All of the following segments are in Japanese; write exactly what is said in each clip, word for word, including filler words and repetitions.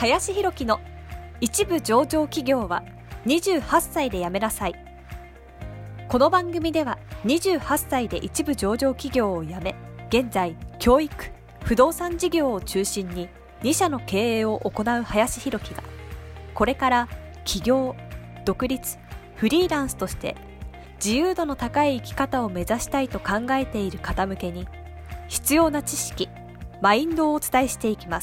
林弘樹の一部上場企業はにじゅうはっさいで辞めなさい。この番組ではにじゅうはっさいで一部上場企業を辞め、現在教育、不動産事業を中心にに社の経営を行う林弘樹が、これから起業、独立、フリーランスとして自由度の高い生き方を目指したいと考えている方向けに必要な知識、マインドをお伝えしていきます。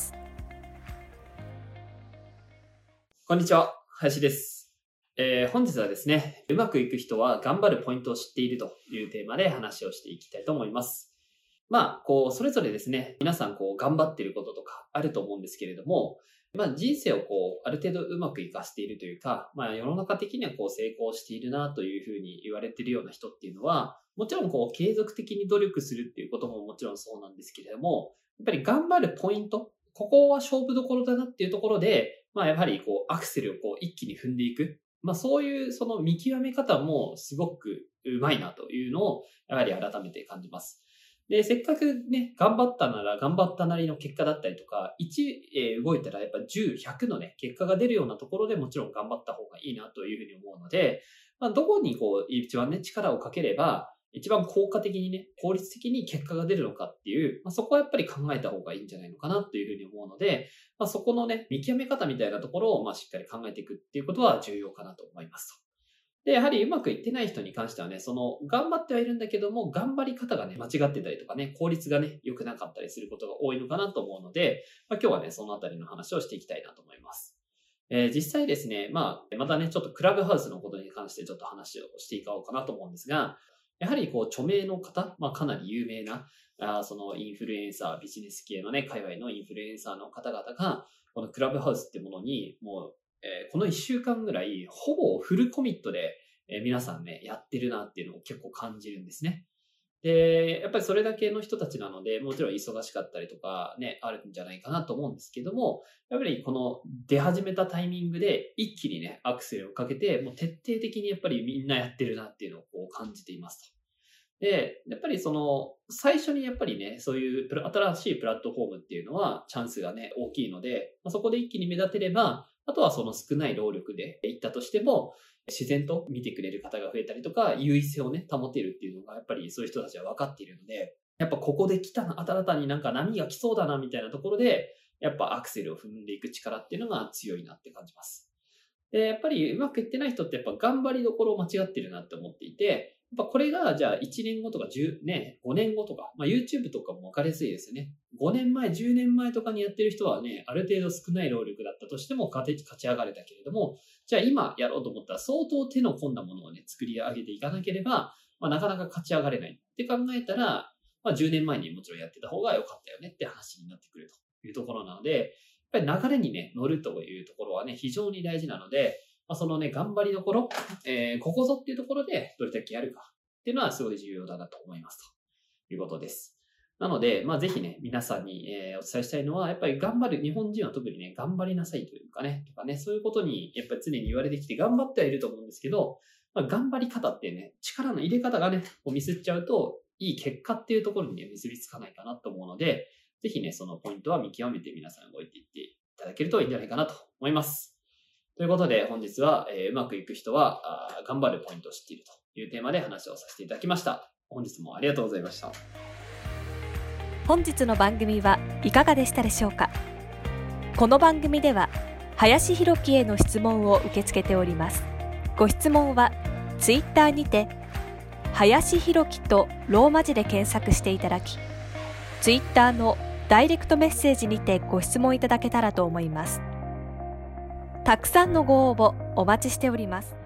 こんにちは、林です。えー、本日はですね、うまくいく人は頑張るポイントを知っているというテーマで話をしていきたいと思います。まあ、こう、それぞれですね、皆さんこう頑張っていることとかあると思うんですけれども、まあ人生をこう、ある程度うまくいかせているというか、まあ世の中的にはこう成功しているなというふうに言われているような人っていうのは、もちろんこう継続的に努力するっていうことももちろんそうなんですけれども、やっぱり頑張るポイント、ここは勝負どころだなっていうところで、まあやはりこうアクセルをこう一気に踏んでいく。まあそういうその見極め方もすごくうまいなというのをやはり改めて感じます。で、せっかくね、頑張ったなら頑張ったなりの結果だったりとか、いち、えー、動いたらやっぱじゅう、ひゃくのね、結果が出るようなところでもちろん頑張った方がいいなというふうに思うので、まあどこにこう一番ね、力をかければ、一番効果的にね、効率的に結果が出るのかっていう、まあ、そこはやっぱり考えた方がいいんじゃないのかなというふうに思うので、まあ、そこのね、見極め方みたいなところを、まあ、しっかり考えていくっていうことは重要かなと思いますと。で、やはりうまくいってない人に関してはね、その、頑張ってはいるんだけども、頑張り方がね、間違ってたりとかね、効率がね、良くなかったりすることが多いのかなと思うので、まあ、今日はね、そのあたりの話をしていきたいなと思います。えー、実際ですね、まあ、またね、ちょっとクラブハウスのことに関してちょっと話をしていこうかなと思うんですが、やはりこう著名の方、まあかなり有名な、あそのインフルエンサー、ビジネス系のね、界隈のインフルエンサーの方々が、このクラブハウスってものに、もう、えー、このいっしゅうかんぐらい、ほぼフルコミットで、えー、皆さんね、やってるなっていうのを結構感じるんですね。で、やっぱりそれだけの人たちなので、もちろん忙しかったりとかね、あるんじゃないかなと思うんですけども、やっぱりこの出始めたタイミングで一気にね、アクセルをかけて、もう徹底的にやっぱりみんなやってるなっていうのをこう感じていますと。で、やっぱりその、最初にやっぱりね、そういう新しいプラットフォームっていうのはチャンスがね、大きいので、そこで一気に目立てれば、あとはその少ない労力でいったとしても、自然と見てくれる方が増えたりとか、優位性をね、保てるっていうのが、やっぱりそういう人たちは分かっているので、やっぱここで来たな、新たになんか波が来そうだな、みたいなところで、やっぱアクセルを踏んでいく力っていうのが強いなって感じます。で、やっぱりうまくいってない人ってやっぱ頑張りどころを間違ってるなって思っていて、やっぱこれがじゃあいちねんごとかじゅうね、ごねんごとか、まあ YouTube とかも分かりやすいですよね。ごねんまえ、じゅうねんまえとかにやってる人はね、ある程度少ない労力だったとしても勝ち上がれたけれども、じゃあ今やろうと思ったら相当手の込んだものをね、作り上げていかなければ、まあなかなか勝ち上がれないって考えたら、まあじゅうねんまえにもちろんやってた方が良かったよねって話になってくるというところなので、やっぱり流れにね、乗るというところはね、非常に大事なので、まあ、そのね、頑張りどころ、えー、ここぞっていうところでどれだけやるかっていうのはすごい重要だなと思いますということです。なので、まあぜひね、皆さんに、えー、お伝えしたいのは、やっぱり頑張る、日本人は特にね、頑張りなさいというかね、とかね、そういうことにやっぱり常に言われてきて頑張ってはいると思うんですけど、まあ、頑張り方ってね、力の入れ方がね、こうミスっちゃうと、いい結果っていうところにね、結びつかないかなと思うので、ぜひね、そのポイントは見極めて皆さん動いていっていただけるといいんじゃないかなと思います。ということで本日は、えー、うまくいく人はあ頑張るポイントを知っているというテーマで話をさせていただきました。本日もありがとうございました。 本日の番組はいかがでしたでしょうか。この番組では林弘樹への質問を受け付けております。ご質問はツイッターにて林弘樹とローマ字で検索していただき、ツイッターのダイレクトメッセージにてご質問いただけたらと思います。たくさんのご応募お待ちしております。